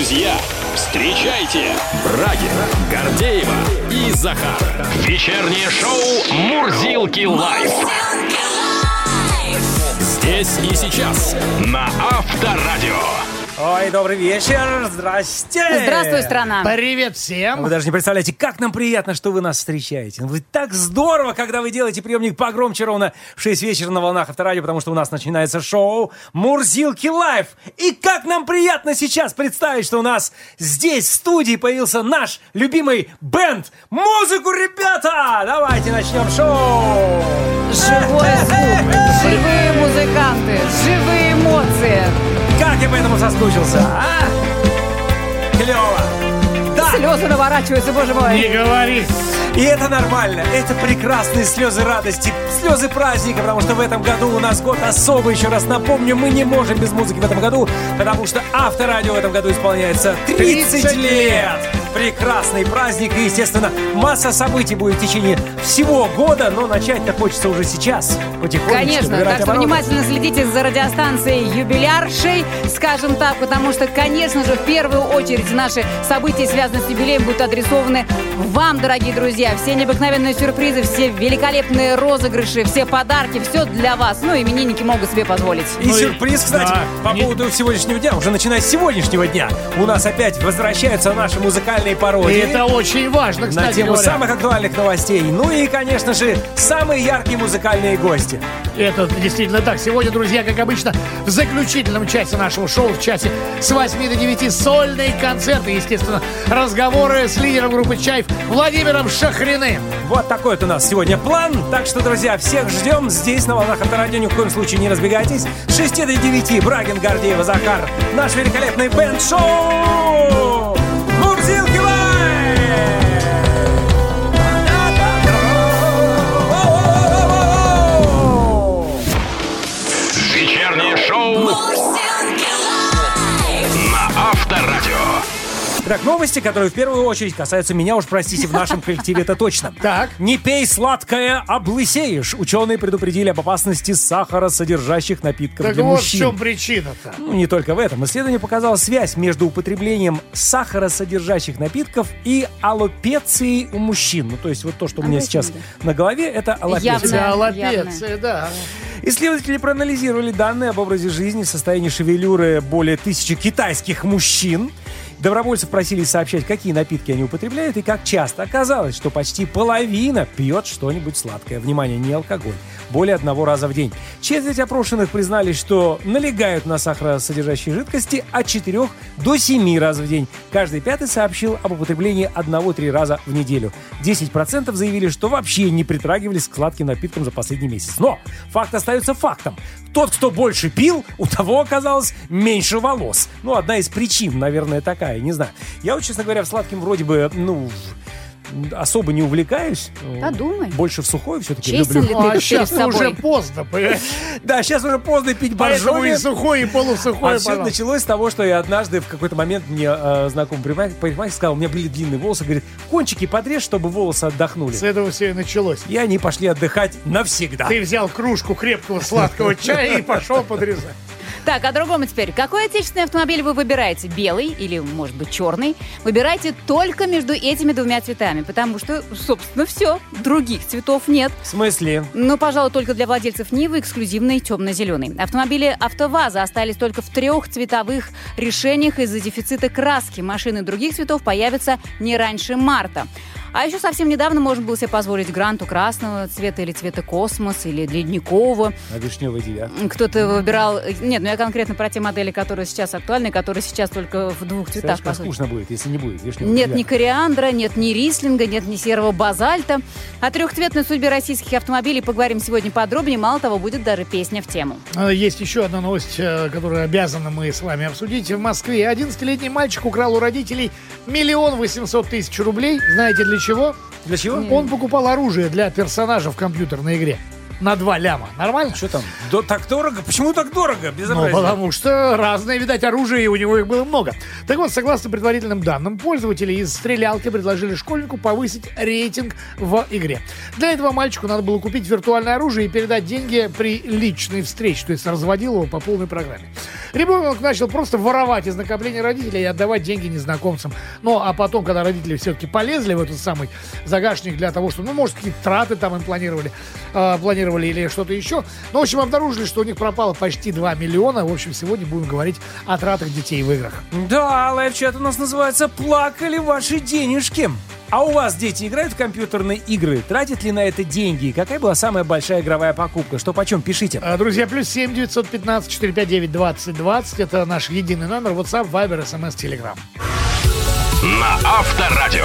Друзья, встречайте Брагина, Гордеева и Захар. Вечернее шоу «Мурзилки лайф». Здесь и сейчас на Авторадио. Ой, добрый вечер, здрасте! Здравствуй, страна! Привет всем! Вы даже не представляете, как нам приятно, что вы нас встречаете. Вы так здорово, когда вы делаете приемник погромче ровно в 6 вечера на волнах Авторадио, потому что у нас начинается шоу «Мурзилки лайф». И как нам приятно сейчас представить, что у нас здесь в студии появился наш любимый бенд. Музыку, ребята! Давайте начнем шоу! Живой звук, живые музыканты, живые эмоции. Как я по этому соскучился, а? Клево! Да! Слезы наворачиваются, боже мой. Не говори! И это нормально, это прекрасные слезы радости, слезы праздника, потому что в этом году у нас год особый. Еще раз напомню, мы не можем без музыки в этом году, потому что Авторадио в этом году исполняется 30 лет. Прекрасный праздник и, естественно, масса событий будет в течение всего года, но начать-то хочется уже сейчас, потихонечку. Конечно, так что внимательно следите за радиостанцией юбиляршей, скажем так, потому что, конечно же, в первую очередь наши события, связанные с юбилеем, будут адресованы вам, дорогие друзья. Все необыкновенные сюрпризы, все великолепные розыгрыши, все подарки, все для вас. Ну, именинники могут себе позволить. И сюрприз, кстати, по поводу сегодняшнего дня, уже начиная с сегодняшнего дня, у нас опять возвращаются наши музыкальные пародии. И это очень важно, кстати на тему говоря. самых актуальных новостей. Ну и, конечно же, самые яркие музыкальные гости. Это действительно так. Сегодня, друзья, как обычно, в заключительном часе нашего шоу, в часе с 8 до 9, сольные концерты, естественно, разговоры с лидером группы «Чайф» Владимиром Шахриным. Вот такой вот у нас сегодня план. Так что, друзья, всех ждем здесь, на волнах Авторадио. Ни в коем случае не разбегайтесь. С 6 до 9 Брагин, Гордеева, Захар. Наш великолепный бенд-шоу «Мурзилки лайф». Вечернее шоу на Авторадио. Так, новости, которые в первую очередь касаются меня, уж простите, в нашем коллективе это точно. Так. Не пей сладкое, облысеешь. Ученые предупредили об опасности сахаросодержащих напитков Так для вот мужчин. в чем причина-то. Ну, не только в этом. Исследование показало связь между употреблением сахаросодержащих напитков и аллопецией у мужчин. Ну, то есть вот то, что у меня сейчас на голове, это аллопеция. Явно. Да, аллопеция, да. Исследователи проанализировали данные об образе жизни, состоянии шевелюры более 1000 китайских мужчин. Добровольцев просили сообщать, какие напитки они употребляют и как часто. Оказалось, что почти половина пьет что-нибудь сладкое. Внимание, не алкоголь. Более 1 раза в день. Четверть опрошенных признались, что налегают на сахаросодержащие жидкости от 4 до 7 раз в день. Каждый 5-й сообщил об употреблении 1-3 раза в неделю. 10% заявили, что вообще не притрагивались к сладким напиткам за последний месяц. Но факт остается фактом. Тот, кто больше пил, у того оказалось меньше волос. Ну, одна из причин, наверное, такая, не знаю. Я вот, честно говоря, в сладким вроде бы, особо не увлекаюсь. Подумай. Больше в сухой все-таки Честен люблю. ли ты А перед сейчас собой? уже поздно, понимаешь? Да, сейчас уже поздно пить Поэтому боржоми. и сухой, и полусухой. А все пожалуйста. началось с того, что я однажды в какой-то момент мне знакомый парикмахер сказал, у меня были длинные волосы, говорит, кончики подрежь, чтобы волосы отдохнули. С этого все и началось. И они пошли отдыхать навсегда. Ты взял кружку крепкого сладкого чая и пошел подрезать. Так, о другом теперь. Какой отечественный автомобиль вы выбираете? Белый или, может быть, черный? Выбирайте только между этими двумя цветами, потому что, собственно, все. Других цветов нет. В смысле? Но, пожалуй, только для владельцев Нивы эксклюзивный темно-зеленый. Автомобили АвтоВАЗа остались только в 3 цветовых решениях из-за дефицита краски. Машины других цветов появятся не раньше марта. А еще совсем недавно можно было себе позволить гранту красного цвета или цвета космос, или ледникового. А вишневый девятка. Кто-то выбирал... Нет, я конкретно про те модели, которые сейчас актуальны, которые сейчас только в 2 цветах. Знаешь, как скучно будет, если не будет вишневого Нет девятка. ни кориандра, нет ни рислинга, нет ни серого базальта. О трехцветной судьбе российских автомобилей поговорим сегодня подробнее. Мало того, будет даже песня в тему. Есть еще одна новость, которую обязаны мы с вами обсудить. В Москве 11-летний мальчик украл у родителей 1 800 000 рублей. Знаете для чего? Для чего? Он покупал оружие для персонажа в компьютерной игре. на 2 ляма. Нормально? Что там? Так дорого? Почему так дорого? Безобразие. Потому что разное, видать, оружие, и у него их было много. Так вот, согласно предварительным данным, пользователи из стрелялки предложили школьнику повысить рейтинг в игре. Для этого мальчику надо было купить виртуальное оружие и передать деньги при личной встрече, то есть разводил его по полной программе. Ребенок начал просто воровать из накопления родителей и отдавать деньги незнакомцам. Ну, а потом, когда родители все-таки полезли в этот самый загашник для того, что, может, какие-то траты там им планировали или что-то еще. Ну, в общем, обнаружили, что у них пропало почти 2 миллиона. В общем, сегодня будем говорить о тратах детей в играх. Да, лайв-чат у нас называется «Плакали ваши денежки». А у вас дети играют в компьютерные игры? Тратят ли на это деньги? И какая была самая большая игровая покупка? Что почем? Пишите. Друзья, +7 915 459 2020. Это наш единый номер. WhatsApp, Viber, SMS, Telegram. На Авторадио.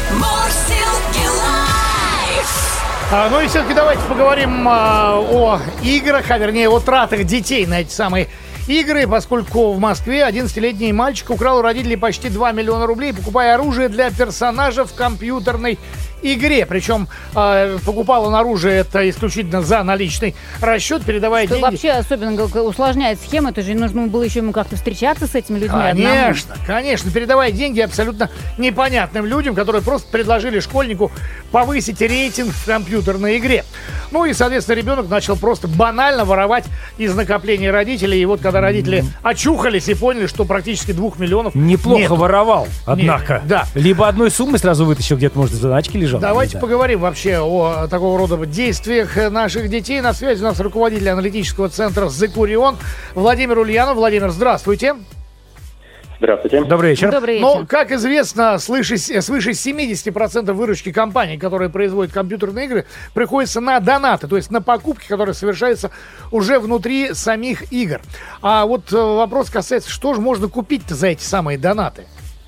Ну и все-таки давайте поговорим о играх, а вернее о тратах детей на эти самые игры, поскольку в Москве 11-летний мальчик украл у родителей почти 2 миллиона рублей, покупая оружие для персонажа в компьютерной игре. Причем покупал он оружие это исключительно за наличный расчет, передавая деньги. Вообще особенно усложняет схему. Это же нужно было еще ему как-то встречаться с этими людьми. Конечно. Передавая деньги абсолютно непонятным людям, которые просто предложили школьнику повысить рейтинг в компьютерной игре. Ну и, соответственно, ребенок начал просто банально воровать из накопления родителей. И вот когда родители очухались и поняли, что практически 2 миллионов неплохо нету. Воровал, однако. Да. Либо одной суммы сразу вытащил, где-то, может, в заначке лежал. Давайте поговорим вообще о такого рода действиях наших детей. На связи у нас руководитель аналитического центра «Зекурион» Владимир Ульянов. Владимир, здравствуйте. Здравствуйте. Добрый вечер. Добрый вечер. Но, как известно, свыше 70% выручки компаний, которые производят компьютерные игры, приходится на донаты, то есть на покупки, которые совершаются уже внутри самих игр. А вот вопрос касается, что же можно купить-то за эти самые донаты?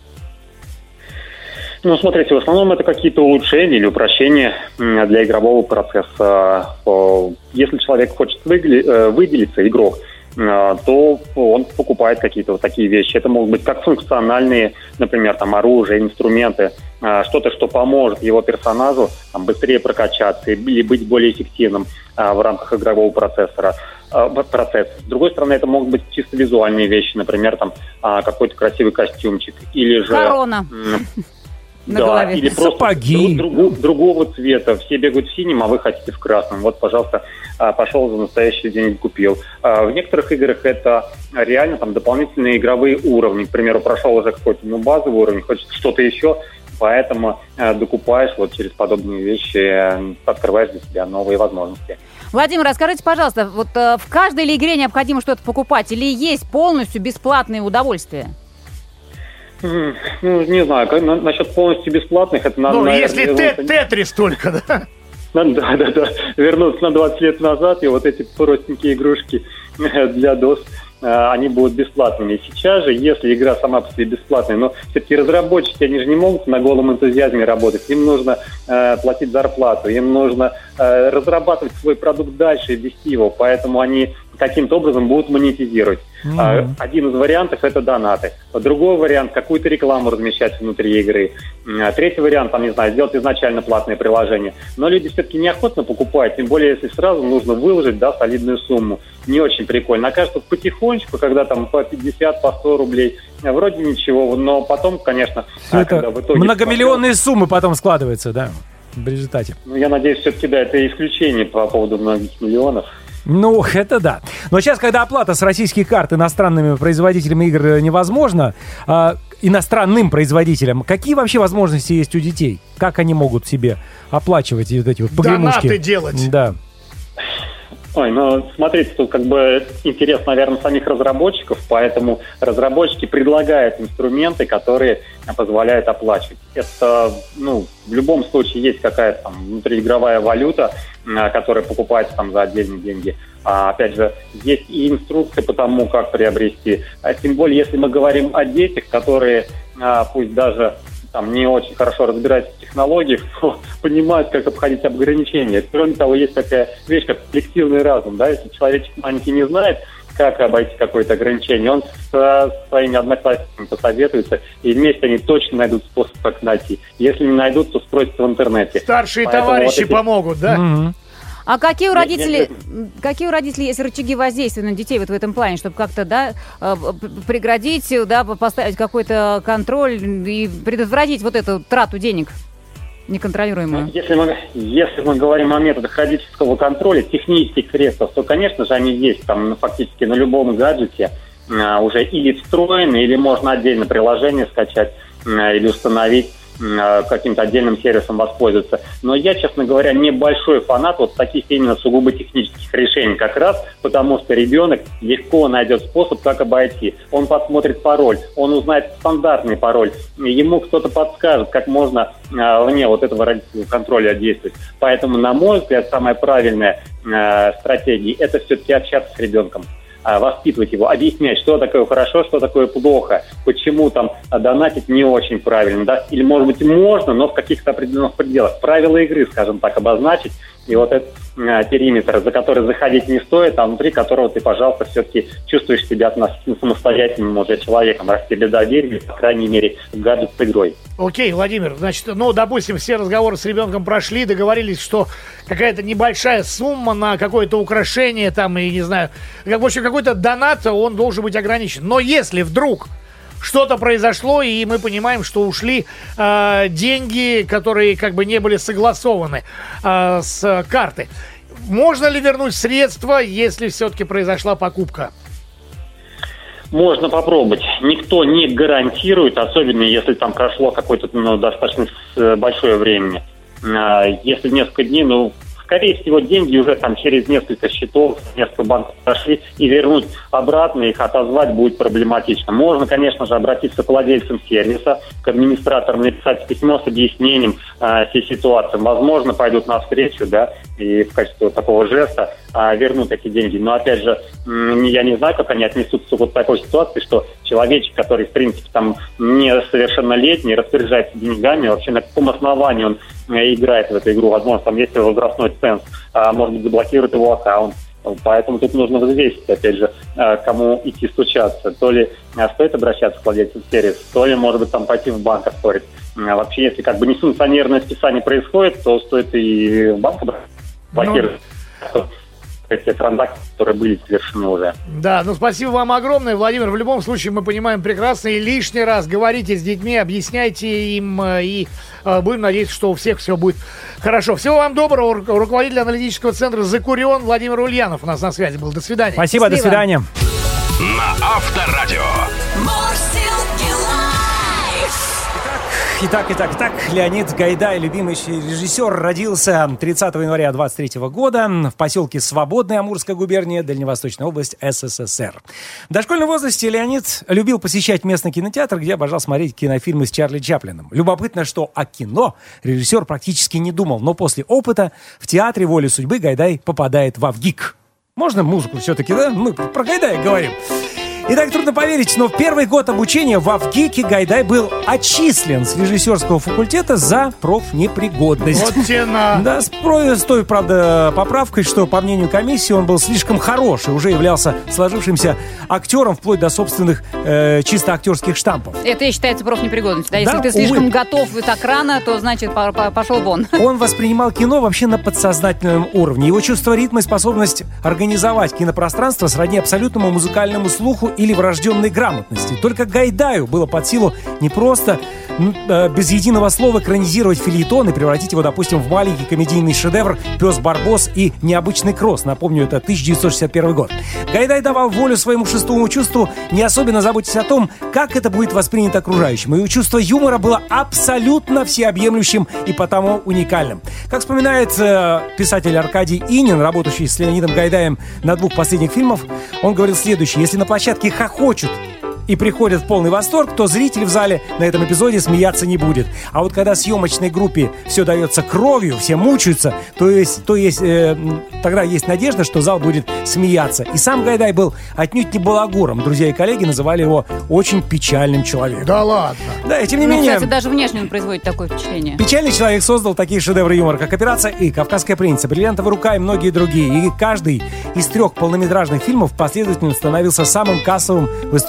Ну, смотрите, в основном это какие-то улучшения или упрощения для игрового процесса. Если человек хочет выделиться, игрок, то он покупает какие-то вот такие вещи. Это могут быть как функциональные, например, там оружие, инструменты, что-то, что поможет его персонажу там, быстрее прокачаться или быть более эффективным в рамках игрового процесса. С другой стороны, это могут быть чисто визуальные вещи, например, там какой-то красивый костюмчик или же... Корона. На голове. Или просто сапоги другого цвета. Все бегают в синем, а вы хотите в красном. Вот, пожалуйста, пошел за настоящие деньги, купил. В некоторых играх это реально там дополнительные игровые уровни. К примеру, прошел уже какой-то базовый уровень, хочешь что-то еще, поэтому докупаешь вот через подобные вещи, открываешь для себя новые возможности. Владимир, расскажите, пожалуйста, вот в каждой ли игре необходимо что-то покупать или есть полностью бесплатные удовольствия? Ну, не знаю, насчет полностью бесплатных, это надо... Ну, если Тетрис только, да? Да, вернуться на 20 лет назад, и вот эти простенькие игрушки для DOS, они будут бесплатными. Сейчас же, если игра сама по себе бесплатная, но все-таки разработчики, они же не могут на голом энтузиазме работать. Им нужно платить зарплату, им нужно разрабатывать свой продукт дальше и вести его, поэтому они каким-то образом будут монетизировать. Один из вариантов – это донаты. Другой вариант – какую-то рекламу размещать внутри игры. Третий вариант, там, не знаю, сделать изначально платное приложение. Но люди все-таки неохотно покупают, тем более, если сразу нужно выложить, да, солидную сумму. Не очень прикольно. Окажется, потихонечку, когда там по 50, по 100 рублей, вроде ничего, но потом, конечно, это в итоге многомиллионные суммы потом складываются, да, в результате. Ну, я надеюсь, все-таки, да, это исключение по поводу многих миллионов. Ну, это да. Но сейчас, когда оплата с российских карт иностранными производителями игр невозможна, иностранным производителям, какие вообще возможности есть у детей? Как они могут себе оплачивать вот эти вот погремушки? Донаты делать. Да. Ой, ну, смотрите, тут как бы интерес, наверное, самих разработчиков, поэтому разработчики предлагают инструменты, которые позволяют оплачивать. Это, ну, в любом случае есть какая-то там внутриигровая валюта, которая покупается там за отдельные деньги. Опять же, есть и инструкции по тому, как приобрести. Тем более, если мы говорим о детях, которые, пусть даже там не очень хорошо разбираются в технологиях, то понимают, как обходить ограничения. Кроме того, есть такая вещь, как коллективный разум. Да? Если человечек маленький не знает, как обойти какое-то ограничение, он со своими одноклассниками посоветуется, и вместе они точно найдут способ, как найти. Если не найдут, то спросят в интернете. Старшие товарищи помогут, да? А какие у родителей есть рычаги воздействия на детей вот в этом плане, чтобы как-то, да, преградить, да, поставить какой-то контроль и предотвратить вот эту трату денег неконтролируемую? Если мы говорим о методах родительского контроля, технических средств, то, конечно же, они есть там фактически на любом гаджете уже или встроены, или можно отдельно приложение скачать или установить, каким-то отдельным сервисом воспользоваться. Но я, честно говоря, небольшой фанат вот таких именно сугубо технических решений, как раз потому, что ребенок легко найдет способ, как обойти. Он посмотрит пароль, он узнает стандартный пароль, ему кто-то подскажет, как можно вне вот этого родительского контроля действовать. Поэтому, на мой взгляд, самая правильная стратегия – это все-таки общаться с ребенком, воспитывать его, объяснять, что такое хорошо, что такое плохо, почему там донатить не очень правильно, да, или, может быть, можно, но в каких-то определенных пределах. Правила игры, скажем так, обозначить, и вот этот периметр, за который заходить не стоит, а внутри которого ты, пожалуйста, все-таки чувствуешь себя относительно самостоятельным уже человеком, раз тебе доверили, по крайней мере, гаджет с игрой. Окей, Владимир, значит, допустим, все разговоры с ребенком прошли, договорились, что какая-то небольшая сумма на какое-то украшение, там, и не знаю, в общем, какой-то донат, он должен быть ограничен. Но если вдруг что-то произошло, и мы понимаем, что ушли деньги, которые как бы не были согласованы с карты, можно ли вернуть средства, если все-таки произошла покупка? Можно попробовать. Никто не гарантирует, особенно если там прошло какое-то достаточно большое время. Если несколько дней, скорее всего, деньги уже там через несколько счетов, несколько банков прошли, и вернуть обратно их, отозвать будет проблематично. Можно, конечно же, обратиться к владельцам сервиса, к администраторам, написать письмо с объяснением всей ситуации. Возможно, пойдут навстречу, да, и в качестве вот такого жеста вернут эти деньги. Но, опять же, я не знаю, как они отнесутся к вот такой ситуации, что человечек, который, в принципе, там несовершеннолетний, распоряжается деньгами, вообще на каком основании он играет в эту игру. Возможно, там есть возрастной ценз, может быть, заблокирует его аккаунт. Поэтому тут нужно взвесить, опять же, кому идти стучаться. То ли стоит обращаться к владельцу сервиса, то ли, может быть, там пойти в банк оспорить. Вообще, если как бы несанкционированное списание происходит, то стоит и в банк блокировать эти транзакции, которые были совершены уже. Да, спасибо вам огромное, Владимир. В любом случае, мы понимаем прекрасно, и лишний раз говорите с детьми, объясняйте им, и будем надеяться, что у всех все будет хорошо. Всего вам доброго. Руководитель аналитического центра «Закурион» Владимир Ульянов у нас на связи был. До свидания. Спасибо. До свидания. На Авторадио. Итак, Леонид Гайдай, любимый режиссер, родился 30 января 23 года в поселке Свободный, Амурская губерния, Дальневосточная область, СССР. В дошкольном возрасте Леонид любил посещать местный кинотеатр, где обожал смотреть кинофильмы с Чарли Чаплином. Любопытно, что о кино режиссер практически не думал, но после опыта в театре «Воля судьбы» Гайдай попадает в ВГИК. Можно музыку все-таки, да? Мы про Гайдая говорим. Итак, трудно поверить, но в первый год обучения в ВГИКе Гайдай был отчислен с режиссерского факультета за профнепригодность. Вот тена. Да, с той, правда, поправкой, что, по мнению комиссии, он был слишком хорош и уже являлся сложившимся актером вплоть до собственных чисто актерских штампов. Это и считается профнепригодностью, да? Если ты слишком готов так рано, то, значит, пошел вон. Он воспринимал кино вообще на подсознательном уровне. Его чувство ритма и способность организовать кинопространство сродни абсолютному музыкальному слуху или врожденной грамотности. Только Гайдаю было под силу не просто без единого слова экранизировать фельетон и превратить его, допустим, в маленький комедийный шедевр «Пес Барбос» и «Необычный кросс». Напомню, это 1961 год. Гайдай давал волю своему шестому чувству, не особенно заботясь о том, как это будет воспринято окружающим. Его чувство юмора было абсолютно всеобъемлющим и потому уникальным. Как вспоминает писатель Аркадий Инин, работающий с Леонидом Гайдаем на 2 последних фильмах, он говорил следующее: если на площадке хохочут и приходят в полный восторг, то зритель в зале на этом эпизоде смеяться не будет. А вот когда съемочной группе все дается кровью, все мучаются, тогда есть надежда, что зал будет смеяться. И сам Гайдай был отнюдь не балагуром. Друзья и коллеги называли его очень печальным человеком. Да ладно? Да, и тем не менее... Кстати, даже внешне он производит такое впечатление. Печальный человек создал такие шедевры юмора, как «Операция И», «Кавказская пленница», «Бриллиантовая рука» и многие другие. И каждый из 3 полнометражных фильмов последовательно становился самым кассовым в истории Советского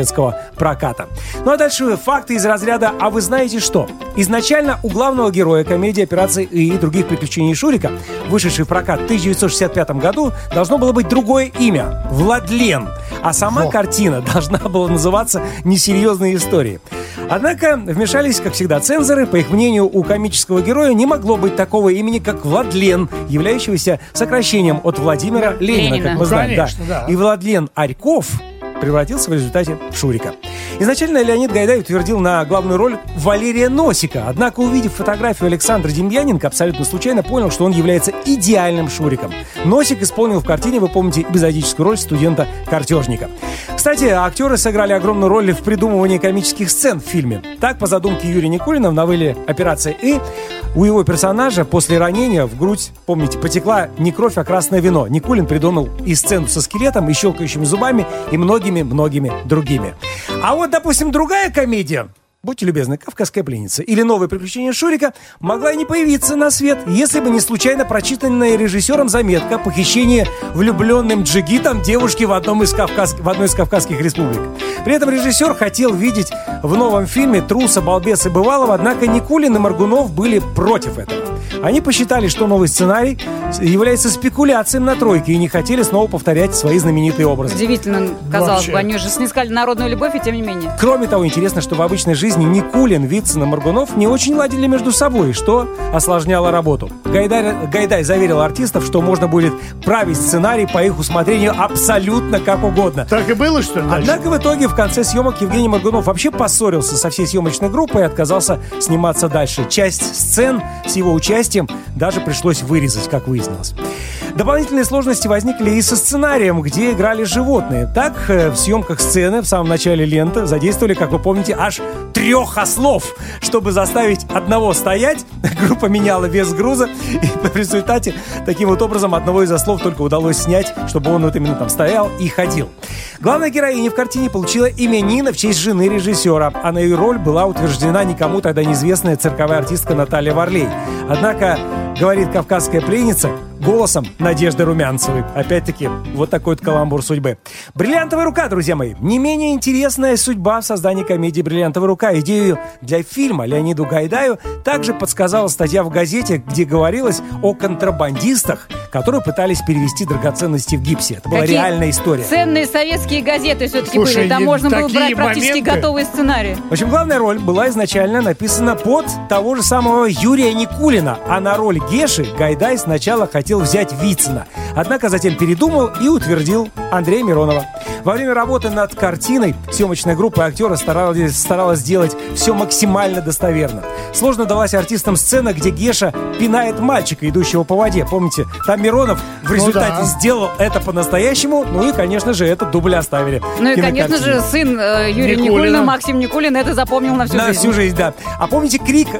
советского проката. Ну а дальше факты из разряда «А вы знаете что?». Изначально у главного героя комедии «Операция И» и других приключений Шурика, вышедшей в прокат в 1965 году, должно было быть другое имя – Владлен. А сама картина должна была называться «Несерьезные истории». Однако вмешались, как всегда, цензоры. По их мнению, у комического героя не могло быть такого имени, как Владлен, являющегося сокращением от Владимира Ленина, как мы знаем. Конечно, да. И Владлен Арьков превратился в результате в Шурика. Изначально Леонид Гайдай утвердил на главную роль Валерия Носика. Однако, увидев фотографию Александра Демьяненко, абсолютно случайно понял, что он является идеальным Шуриком. Носик исполнил в картине, вы помните, эпизодическую роль студента-картежника. Кстати, актеры сыграли огромную роль в придумывании комических сцен в фильме. Так, по задумке Юрия Никулина в новелле «Операция И» у его персонажа после ранения в грудь, помните, потекла не кровь, а красное вино. Никулин придумал и сцену со скелетом, и щелкающими зубами, и многими другими. А вот, допустим, другая комедия, будьте любезны, «Кавказская пленница» или «Новые приключения Шурика» могла и не появиться на свет, если бы не случайно прочитанная режиссером заметка о похищении влюбленным джигитом девушки в одной из кавказских республик. При этом режиссер хотел видеть в новом фильме труса, балбеса бывалого, однако Никулин и Моргунов были против этого. Они посчитали, что новый сценарий является спекуляцией на тройке и не хотели снова повторять свои знаменитые образы. Удивительно, казалось бы, они же снискали народную любовь, и тем не менее. Кроме того, интересно, что в обычной жизни Никулин, Вицин и Моргунов не очень ладили между собой, что осложняло работу. Гайдай заверил артистов, что можно будет править сценарий по их усмотрению абсолютно как угодно. Так и было, что ли, дальше? Однако в итоге в конце съемок Евгений Моргунов вообще поссорился со всей съемочной группой и отказался сниматься дальше. Часть сцен с его участием даже пришлось вырезать, как выяснилось. Дополнительные сложности возникли и со сценарием, где играли животные. Так, в съемках сцены в самом начале ленты задействовали, как вы помните, аж 3 ослов. Чтобы заставить одного стоять, группа меняла вес груза, и в результате таким вот образом одного из ослов только удалось снять, чтобы он вот именно там стоял и ходил. Главная героиня в картине получила имя Нина в честь жены режиссера, а на ее роль была утверждена никому тогда неизвестная цирковая артистка Наталья Варлей. Однако, говорит «Кавказская пленница», голосом Надежды Румянцевой. Опять-таки, вот такой вот каламбур судьбы. «Бриллиантовая рука», друзья мои. Не менее интересная судьба в создании комедии «Бриллиантовая рука». Идею для фильма Леониду Гайдаю также подсказала статья в газете, где говорилось о контрабандистах, которые пытались перевести драгоценности в гипсе. Это была реальная история. Ценные советские газеты все-таки Слушай, были. Там можно было брать такие практически моменты. готовые сценарии. В общем, главная роль была изначально написана под того же самого Юрия Никулина, а на роль Геши Гайдай сначала хотел взять Вицина. Однако затем передумал и утвердил Андрея Миронова. Во время работы над картиной съемочная группа и актеры старалась сделать все максимально достоверно. Сложно далась артистам сцена, где Геша пинает мальчика, идущего по воде. Помните, там Миронов в результате сделал это по-настоящему. Ну и, конечно же, этот дубль оставили. Ну и, конечно же, сын Юрия Никулина, Максим Никулин, это запомнил на всю жизнь. На всю жизнь, да. А помните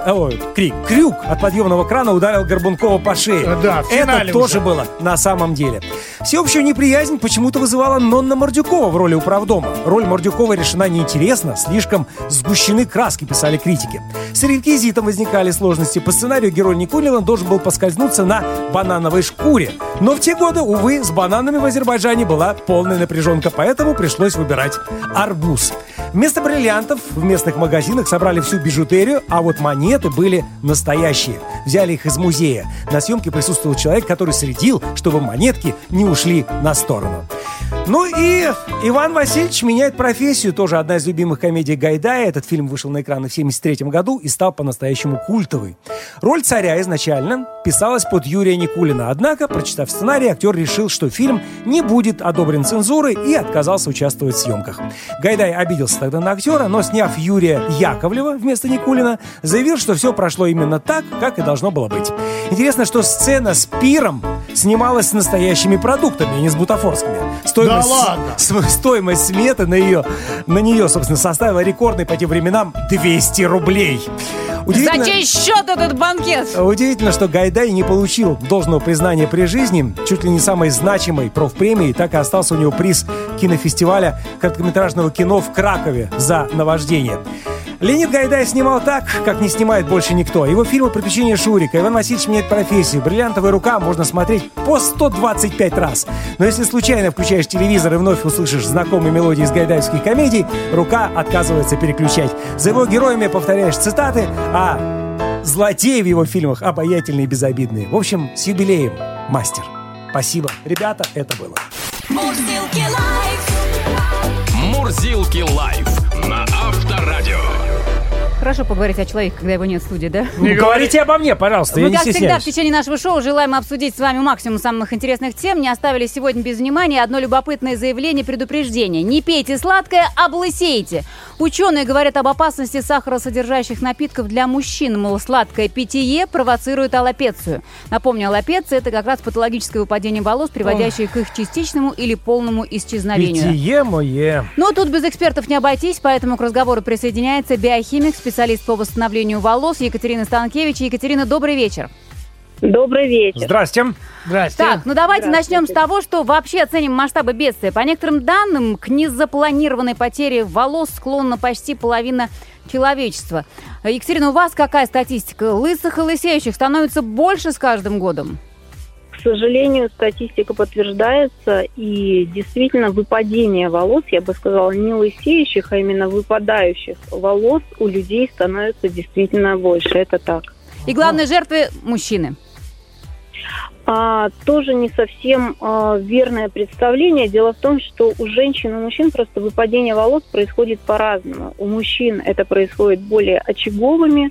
крюк от подъемного крана ударил Горбункова по шее? Да, в финале это тоже уже было на самом деле. Всеобщую неприязнь почему-то вызывала Нонна Мордюкова в роли управдома. Роль Мордюковой решена неинтересно, слишком сгущены краски, писали критики. С реквизитом возникали сложности. По сценарию герой Никулина должен был поскользнуться на банановой шкуре. Но в те годы, увы, с бананами в Азербайджане была полная напряженка, поэтому пришлось выбирать арбуз. Вместо бриллиантов в местных магазинах собрали всю бижутерию, а вот монеты были настоящие. Взяли их из музея. На съемке присутствовал человек, который следил, чтобы монетки не ушли на сторону. Ну и Иван Васильевич меняет профессию. Тоже одна из любимых комедий Гайдая. Этот фильм вышел на экраны в 1973 году и стал по-настоящему культовой. Роль царя изначально писалась под Юрия Никулина. Однако, прочитав сценарий, актер решил, что фильм не будет одобрен цензурой и отказался участвовать в съемках. Гайдай обиделся тогда на актера, но, сняв Юрия Яковлева вместо Никулина, заявил, что все прошло именно так, как и должно было быть. Интересно, что сцена с пиром снималась с настоящими продуктами, а не с бутафорскими. Стоимость сметы на нее, собственно, составила рекордный по тем временам 200 рублей. За чей счет этот банкет? Удивительно, что Гайдай не получил должного признания при жизни. Чуть ли не самой значимой профпремии. Так и остался у него приз кинофестиваля короткометражного кино в Кракове за «Наваждение». Леонид Гайдай снимал так, как не снимает больше никто. Его фильмы «Приключения Шурика», «Иван Васильевич меняет профессию», «Бриллиантовая рука» можно смотреть по 125 раз. Но если случайно включаешь телевизор и вновь услышишь знакомые мелодии из гайдаевских комедий, рука отказывается переключать. За его героями повторяешь цитаты, а злодеи в его фильмах обаятельные и безобидные. В общем, с юбилеем, мастер. Спасибо. Ребята, это было. Мурзилки лайф на Авторадио. Хорошо поговорить о человеке, когда его нет в студии, да? Не говорите обо мне, пожалуйста, я Мы, не как всегда, в стесняюсь. течение нашего шоу желаем обсудить с вами максимум самых интересных тем. Не оставили сегодня без внимания одно любопытное заявление предупреждения. Не пейте сладкое, облысеете. Ученые говорят об опасности сахаросодержащих напитков для мужчин. Мол, сладкое питье провоцирует аллопецию. Напомню, аллопеция – это как раз патологическое выпадение волос, приводящее к их частичному или полному исчезновению. Питье мое. Но тут без экспертов не обойтись, поэтому к разговору присоединяется биохимик, специалист по восстановлению волос Екатерина Станкевич. Екатерина, добрый вечер. Добрый вечер. Здрасте. Здрасте. Так, ну давайте начнем с того, что вообще оценим масштабы бедствия. По некоторым данным, к незапланированной потере волос склонна почти половина человечества. Екатерина, у вас какая статистика? Лысых и лысеющих становится больше с каждым годом? К сожалению, статистика подтверждается, и действительно выпадение волос, я бы сказала, не лысеющих, а именно выпадающих волос у людей становится действительно больше. Это так. И главные жертвы – мужчины. Тоже не совсем верное представление. Дело в том, что у женщин и у мужчин просто выпадение волос происходит по-разному. У мужчин это происходит более очаговыми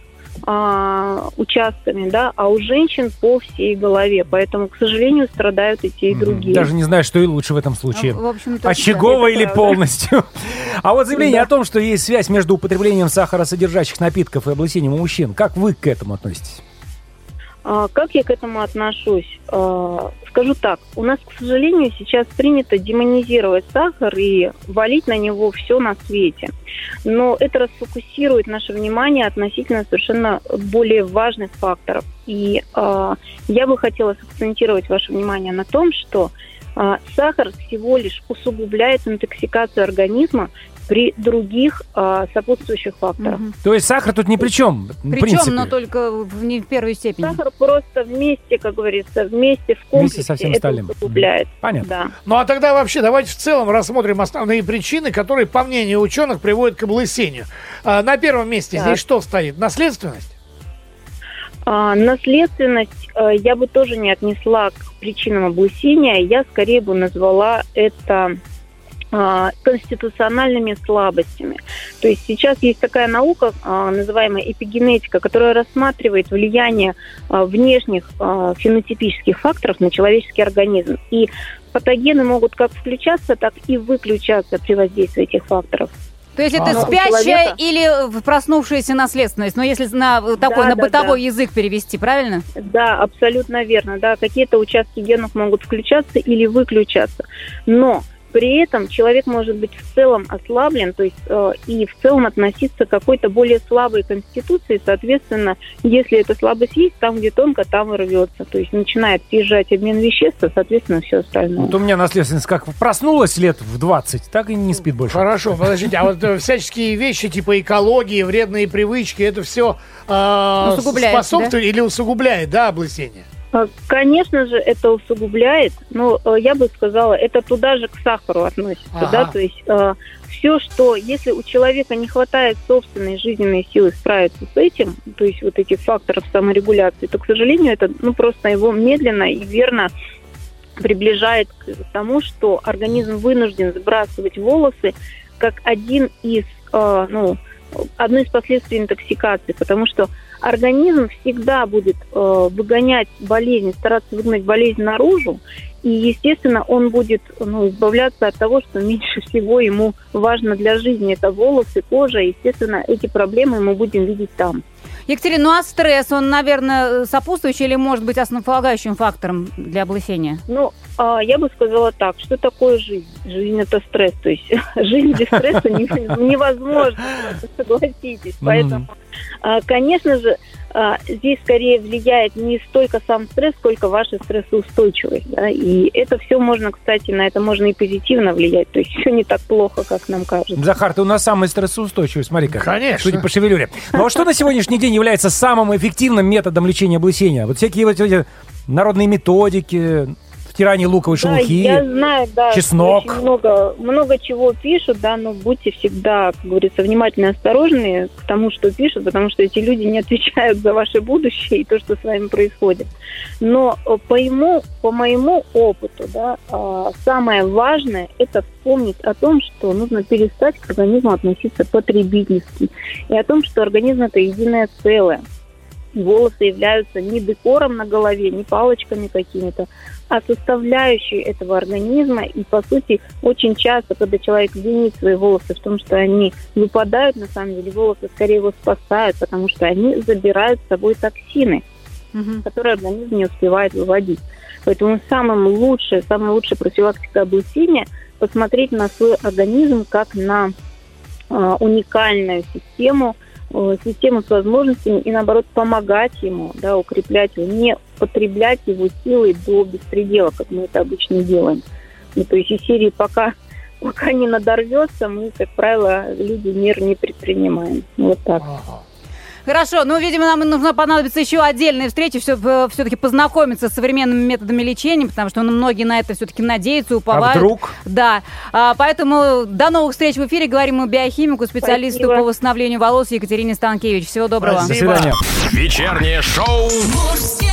участками, да, а у женщин по всей голове. Поэтому, к сожалению, страдают и те, и другие. Даже не знаю, что и лучше в этом случае. В общем-то, Очагово да, или правда. полностью. А вот заявление Да. о том, что есть связь между употреблением сахаросодержащих напитков и облысением у мужчин. Как вы к этому относитесь? Как я к этому отношусь? Скажу так, у нас, к сожалению, сейчас принято демонизировать сахар и валить на него все на свете. Но это расфокусирует наше внимание относительно совершенно более важных факторов. И я бы хотела сакцентировать ваше внимание на том, что сахар всего лишь усугубляет интоксикацию организма при других сопутствующих факторах. То есть сахар тут ни при чем, в Причем, принципе. но только не в первой степени. Сахар просто вместе, как говорится, вместе в комплексе со всем это остальным. усугубляет. Понятно. Да. Ну а тогда вообще давайте в целом рассмотрим основные причины, которые, по мнению ученых, приводят к облысению. На первом месте Так. здесь что стоит? Наследственность? Наследственность я бы тоже не отнесла к причинам облысения. Я скорее бы назвала это конституциональными слабостями. То есть сейчас есть такая наука, называемая эпигенетика, которая рассматривает влияние внешних фенотипических факторов на человеческий организм. И патогены могут как включаться, так и выключаться при воздействии этих факторов. То есть это у спящая человека- или проснувшаяся наследственность? Но если на такой, на да, бытовой да. язык перевести, правильно? Да, абсолютно верно. Да, какие-то участки генов могут включаться или выключаться. Но при этом человек может быть в целом ослаблен, то есть и в целом относиться к какой-то более слабой конституции. Соответственно, если эта слабость есть, там, где тонко, там и рвется. То есть начинает съезжать обмен веществ, соответственно, все остальное. Вот у меня наследственность как проснулась лет в 20, так и не спит больше. Хорошо, подождите, а вот всяческие вещи типа экологии, вредные привычки, это все Усугубляет, способствует или усугубляет, да, облысение? Конечно же, это усугубляет, но я бы сказала, это туда же к сахару относится, Ага. да, то есть все, что, если у человека не хватает собственной жизненной силы справиться с этим, то есть вот этих факторов саморегуляции, то, к сожалению, это просто его медленно и верно приближает к тому, что организм вынужден сбрасывать волосы как одно из последствий интоксикации, потому что организм всегда будет выгонять болезнь, стараться выгнать болезнь наружу, и, естественно, он будет избавляться от того, что меньше всего ему важно для жизни. Это волосы, кожа, и, естественно, эти проблемы мы будем видеть там. Екатерина, ну а стресс, он, наверное, сопутствующий или может быть основополагающим фактором для облысения? Я бы сказала так, что такое жизнь? Жизнь – это стресс, то есть жизнь без стресса невозможно, согласитесь. Поэтому, конечно же, здесь скорее влияет не столько сам стресс, сколько ваша стрессоустойчивость. Да? И это все можно, кстати, на это можно и позитивно влиять. То есть все не так плохо, как нам кажется. Захар, ты у нас самый стрессоустойчивый, смотри-ка. Конечно. Судя по шевелюре. Ну а что на сегодняшний день является самым эффективным методом лечения облысения? Вот всякие вот эти народные методики, втирание луковой шелухи, я знаю, да, чеснок. Очень много чего пишут, да, но будьте всегда, как говорится, внимательны и осторожны к тому, что пишут, потому что эти люди не отвечают за ваше будущее и то, что с вами происходит. Но по моему опыту, да, самое важное – это вспомнить о том, что нужно перестать к организму относиться потребительски, и о том, что организм – это единое целое. Волосы являются не декором на голове, не палочками какими-то, а составляющей этого организма. И, по сути, очень часто, когда человек винит свои волосы в том, что они выпадают, на самом деле волосы скорее его спасают, потому что они забирают с собой токсины, которые организм не успевает выводить. Поэтому самая лучшая профилактика облысения – посмотреть на свой организм как на уникальную систему с возможностями и, наоборот, помогать ему, да, укреплять его, не потреблять его силой до беспредела, как мы это обычно делаем. И, то есть из серии пока не надорвется, мы, как правило, люди мер не предпринимаем. Вот так. Хорошо, ну, видимо, нам понадобится еще отдельная встреча, все-таки познакомиться с современными методами лечения, потому что многие на это все-таки надеются, уповают. А вдруг? Да, поэтому до новых встреч в эфире. Говорим мы биохимику, специалисту по восстановлению волос Екатерине Станкевич. Всего доброго. Спасибо. До свидания. Вечернее шоу. Мужские